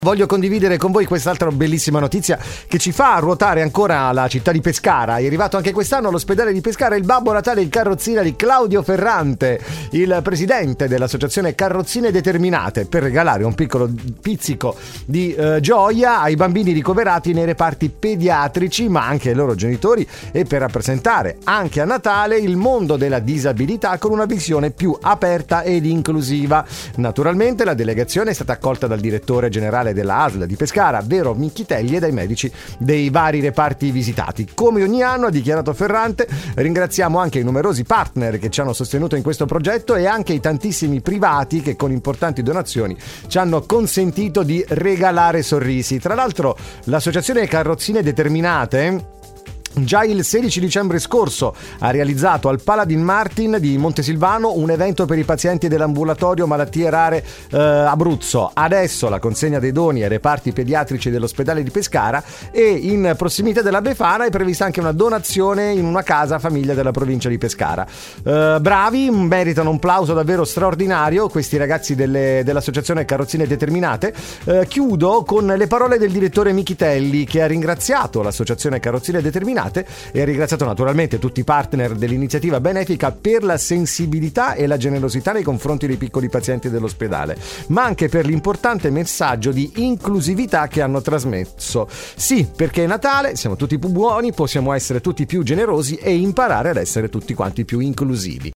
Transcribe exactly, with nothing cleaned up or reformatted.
Voglio condividere con voi quest'altra bellissima notizia che ci fa ruotare ancora la città di Pescara. È arrivato anche quest'anno all'ospedale di Pescara il Babbo Natale in carrozzina di Claudio Ferrante, il presidente dell'associazione Carrozzine Determinate, per regalare un piccolo pizzico di eh, gioia ai bambini ricoverati nei reparti pediatrici, ma anche ai loro genitori, e per rappresentare anche a Natale il mondo della disabilità con una visione più aperta ed inclusiva. Naturalmente la delegazione è stata accolta dal direttore generale della A S L di Pescara, Vero Michitelli, e dai medici dei vari reparti visitati. Come ogni anno, ha dichiarato Ferrante, ringraziamo anche i numerosi partner che ci hanno sostenuto in questo progetto e anche i tantissimi privati che con importanti donazioni ci hanno consentito di regalare sorrisi. Tra l'altro l'associazione Carrozzine Determinate già il sedici dicembre scorso ha realizzato al Paladin Martin di Montesilvano un evento per i pazienti dell'ambulatorio malattie rare eh, Abruzzo. Adesso la consegna dei doni ai reparti pediatrici dell'ospedale di Pescara, e in prossimità della Befana è prevista anche una donazione in una casa famiglia della provincia di Pescara. Eh, bravi, meritano un plauso davvero straordinario questi ragazzi delle, dell'associazione Carrozzine Determinate. Eh, chiudo con le parole del direttore Michitelli, che ha ringraziato l'associazione Carrozzine Determinate e ha ringraziato naturalmente tutti i partner dell'iniziativa benefica per la sensibilità e la generosità nei confronti dei piccoli pazienti dell'ospedale, ma anche per l'importante messaggio di inclusività che hanno trasmesso. Sì, perché è Natale, siamo tutti più buoni, possiamo essere tutti più generosi e imparare ad essere tutti quanti più inclusivi.